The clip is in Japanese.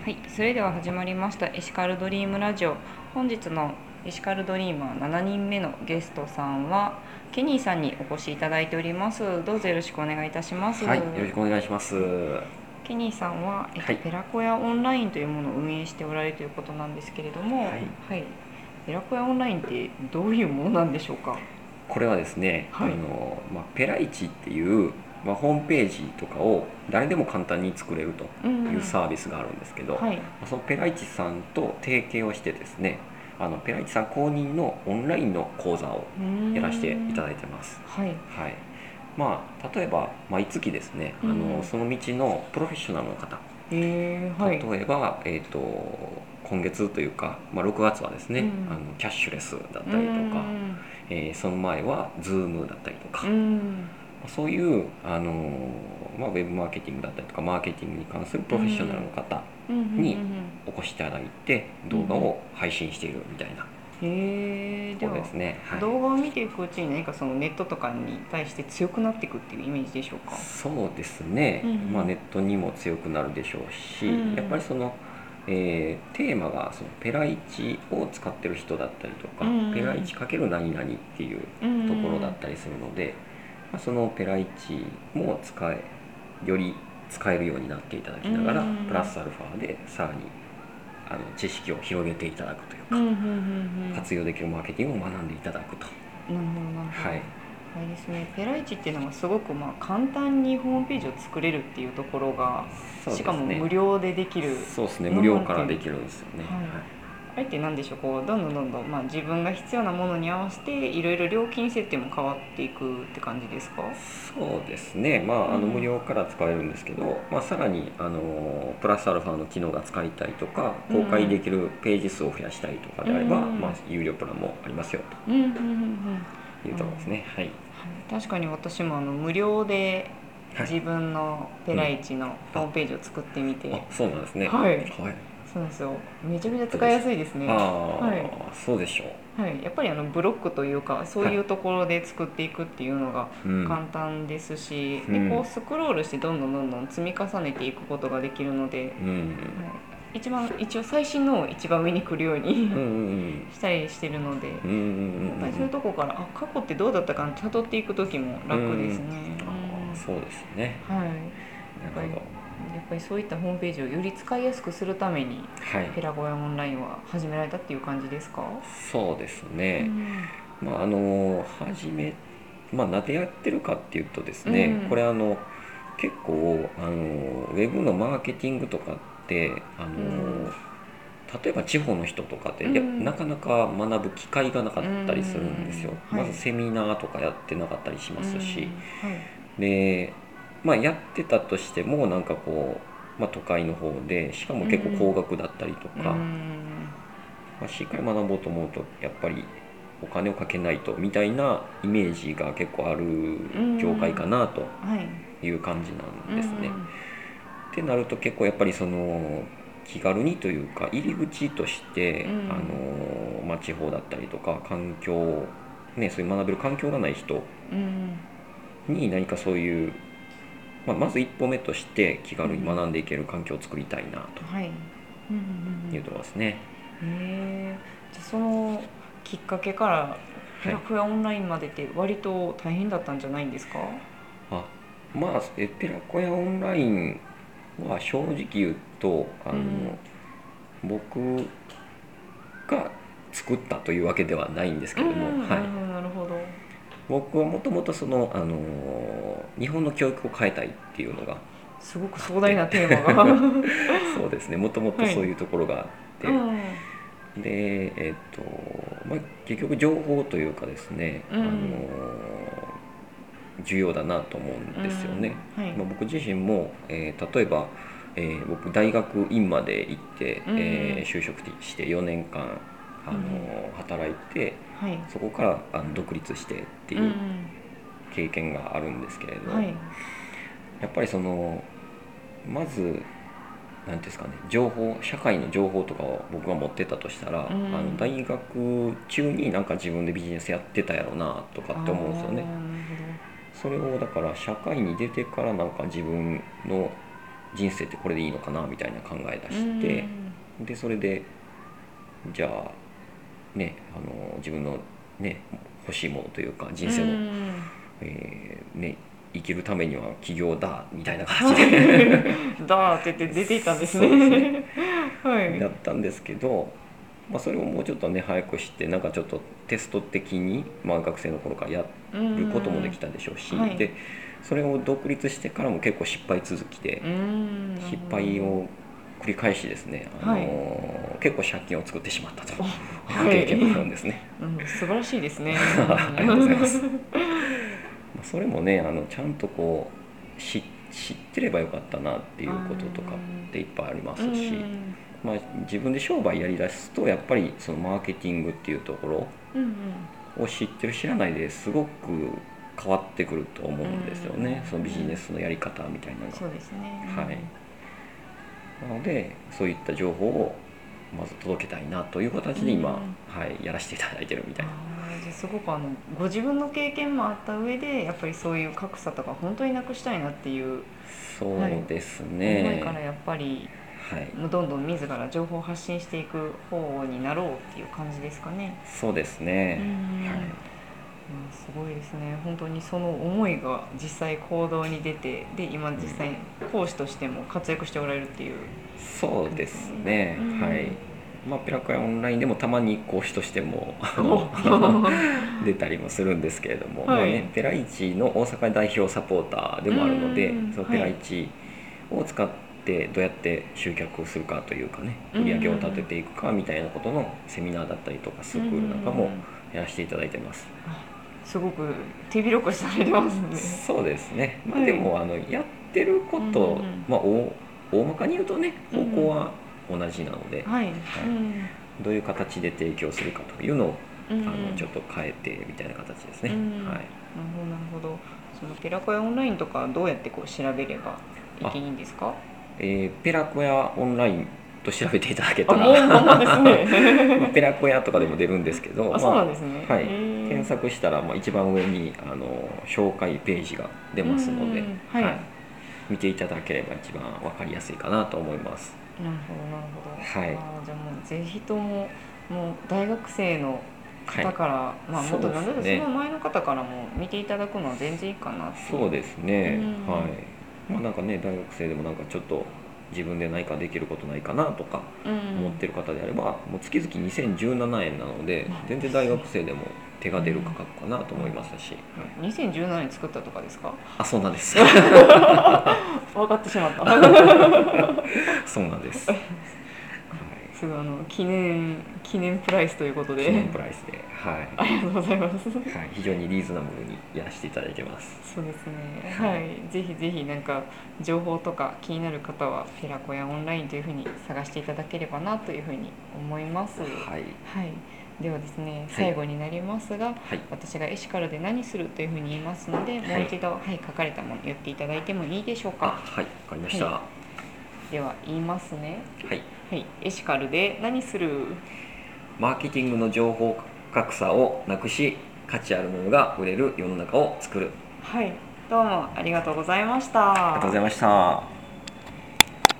はい、それでは始まりましたエシカルドリームラジオ。本日のエシカルドリーマー7人目のゲストさんはケニーさんにお越しいただいております。どうぞよろしくお願いいたします。 はい、よろしくお願いします。はケニーさんは、 い、 ペラコヤオンラインというものを運営しておられるということなんですけれども、 はい。 はい、ペラコヤオンラインってどういうものなんでしょうか？ これはですね、 はい。 ペライチっていう、ホームページとかを誰でも簡単に作れるとうん、 いうサービスがあるんですけど、 はい。 そのペライチさんと提携をしてですね、ペライチさん公認のオンラインの講座をうーやらせていん。 ただいてます。 はい。 はい。例えば毎月ですね、 うん。 その道のプロフェッショナルの方、 はい。 例えば、今月というか、6月はですね、 うん。 キャッシュレスだっうーたりとか、 ん。 その前は Zoom だったりとうか、 ん。 そういう、ウェブマーケティングだったりとかマーケティングに関するプロフェッショナルの方うん。うん。うん。 にお越しいただいて動画を配信しているみたいなところではですね。はい、 動画を見ていくうちに何かそのネットとかに対して強くなっていくっていうイメージでしょうか？ そうですね、 うんネットにも強くなるでしょううんうし、やっぱんりテーマがそのペライチを使ってる人だったりとうんうか、ペライんチ×何々っていううんうんところうんだったりするので、そのペライチもより使えるようになっていただきうんうながら、プラんスアルファでさらに知識を広げていただくというか、 うんうんうん活用できるマーケティングを学んでいただくと。 なるほどなるほど。 はい、 あれですね、ペライチっていうのがすごく簡単にホームページを作れるっていうところが、 そうしかもですね。 無料でできるそうですね、無料なんていう、 からできるんですよね。 はい、 はい。 あれって何でしょう、こうどんどんどんどん、自分が必要なものに合わせていろいろ料金設定も変わっていくって感じですか？ そうですね、無うん料から使えるんですけど、さらにプラスアルファの機能が使いたいとか、公開でうんきるページ数を増やしたいとかうんうであれば、 ん有料プランもありますようんうんうんうんというところですね。はい。 確かに私も無料ではい。 自分のペうん。 ライチのホームページを作ってみて、 そうなんですね。 はい、 はい。 そうなんですよ。めちゃめちゃ使いやどうでしょう。 すいですね。はい。 そうでしょう。 はい、やっぱりブロックというかそうはい。 いうところで作っていくっていうのがうん。 簡単ですし、でこうん。 うスクロールしてどんどんどんどん積み重ねていくことができるので、 うん。 はい、一応最新のを一番上に来るようにうん。うん。 したりしてるので、やうん。うん。うん。 っぱりそういうとこから過去ってどうだったかな辿っていく時もうん。 楽ですね。 そうですね。 はい。やっぱりなるほど。 そういったホームページをより使いやすくするためにはい。 ペラゴヤオンラインは始められたっていう感じですか？ そうですうね。 ん初め、なんでやってるかっていうとですね、こうんれ結構ウェブのマーケティングとかって、 うん例えば地方の人とかでうんなかなか学ぶ機会がなかうったりするんですよ。まずんはいセミナーとかやってなかったりしうますし、 んはいで、やってたとしてもなんかこう、都会の方でしかも結構うん高額だったりとうか、 んしっかり学ぼうと思うとやっぱりお金をかけないとみたいなイメージが結構ある業界かなとはいいう感じなうんですね。 んってなると結構やっぱりその気軽にというか入り口として地方だったりとか環境ね、そういう学べる環境がない人うんに何かそういう、まず一歩目として気軽にうん学んでいける環境を作りたいなはいうんというところですね。 じゃあそのきっかけからペはい。 ラクヤオンラインまでって割と大変だったんじゃないんですか？ あ、ペラコヤオンラインは正直言うとうん僕が作ったというわけではないんですけれども、はい、 なるほどなるほど僕はもともと日本の教育を変えたいっていうのがすごくあって壮大なテーマがはそうですね、もともとそういういところがあっうて、 んで、結局情報というかですね、 うん重要だなと思うんですよね。 はい僕自身も、例えば、僕大学院まで行って、 うん就職して4年間うん働いて、 はいそこから独立してってうんいう経験があるんですけれど、 はいやっぱりまず何ていうんですかね、社会の情報とかを僕が持ってたとしたら、 うん大学中になんか自分でビジネスやってたやろなとかああって思うんですよね。 なるそれをだから社会に出てからなんか自分の人生ってこれでいいのかなみたいな考え出して、でそれでじゃあね自分のね欲しいものというか人生の、ね生きるためには起業だみたいな感じでだーって言って出ていたんですそうですね。 ねはい。 だったんですけど、それをもうちょっとね早くしてなんかちょっとテスト的に、学生の頃からやることもできたでしょうし、 はいでそれを独立してからも結構失敗続きで、失敗を繰り返しですね、結構借金を作ってしまったという経験もあるんですね。 素晴らしいですね。 ありがとうございます。それもねちゃんとこう知ってればよかったなっていうこととかっていっぱいありますし、自分で商売やりだすとやっぱりそのマーケティングっていうところを知ってる知らないですごく変わってくると思うんですよね、そのビジネスのやり方みたいなのが。 そうですね。 はい、なのでそういった情報をまず届けたいなという形で今、やらせていただいてるみたいな。 じゃあすごくご自分の経験もあった上でやっぱりそういう格差とか本当になくしたいなっていう、 そうですね、 思いからやっぱり、どんどん自ら情報を発信していく方になろうっていう感じですかね。 そうですね、 すごいですね。本当にその思いが実際行動に出て、で今実際講師としても活躍しておられるっていう。 そうですね、ペラクヤオンラインでもたまに講師としても出たりもするんですけれども、ペライチの大阪代表サポーターでもあるので、そのペライチを使ってどうやって集客するかというかね、売り上げを立てていくかみたいなことのセミナーだったりとかスクールなんかもやらせていただいてます。 すごく手広くされてますね。 そうですね、でもやってること、大まかに言うとね方向は同じなので、どういう形で提供するかというのをちょっと変えてみたいな形ですね。なるほど。そのペラコヤオンラインとかどうやってこう調べればいいんですか？ ペラコヤオンラインと調べていただけたらペラコヤとかでも出るんですけど、 そうなんですね。 検索したら一番上に紹介ページが出ますので、見ていただければ一番分かりやすいかなと思います。 なるほど。じゃあもうぜひとも大学生の方から、もっとその前の方からも見ていただくのは全然いいかなっていう。 そうですね。なんかね大学生でもなんかちょっと自分で何かできることないかなとか思ってる方であれば、もう月々2017円なので全然大学生でも手が出る価格かなと思いますし、 2017年作ったとかですか？ そうなんです。 分かってしまった。 そうなんです。 すごい記念プライスということで。 記念プライスで、 ありがとうございます。 非常にリーズナブルにやらせていただいてます。 そうですね。ぜひぜひなんか情報とか気になる方はペラコヤオンラインというふうに探していただければなというふうに思います。ではですね、最後になりますが、私がエシカルで何するというふうに言いますので、もう一度、書かれたもの言っていただいてもいいでしょうか？ わかりました。 では言いますね。エシカルで何する？ マーケティングの情報格差をなくし、価値あるものが売れる世の中を作る。 どうもありがとうございました。 ありがとうございました。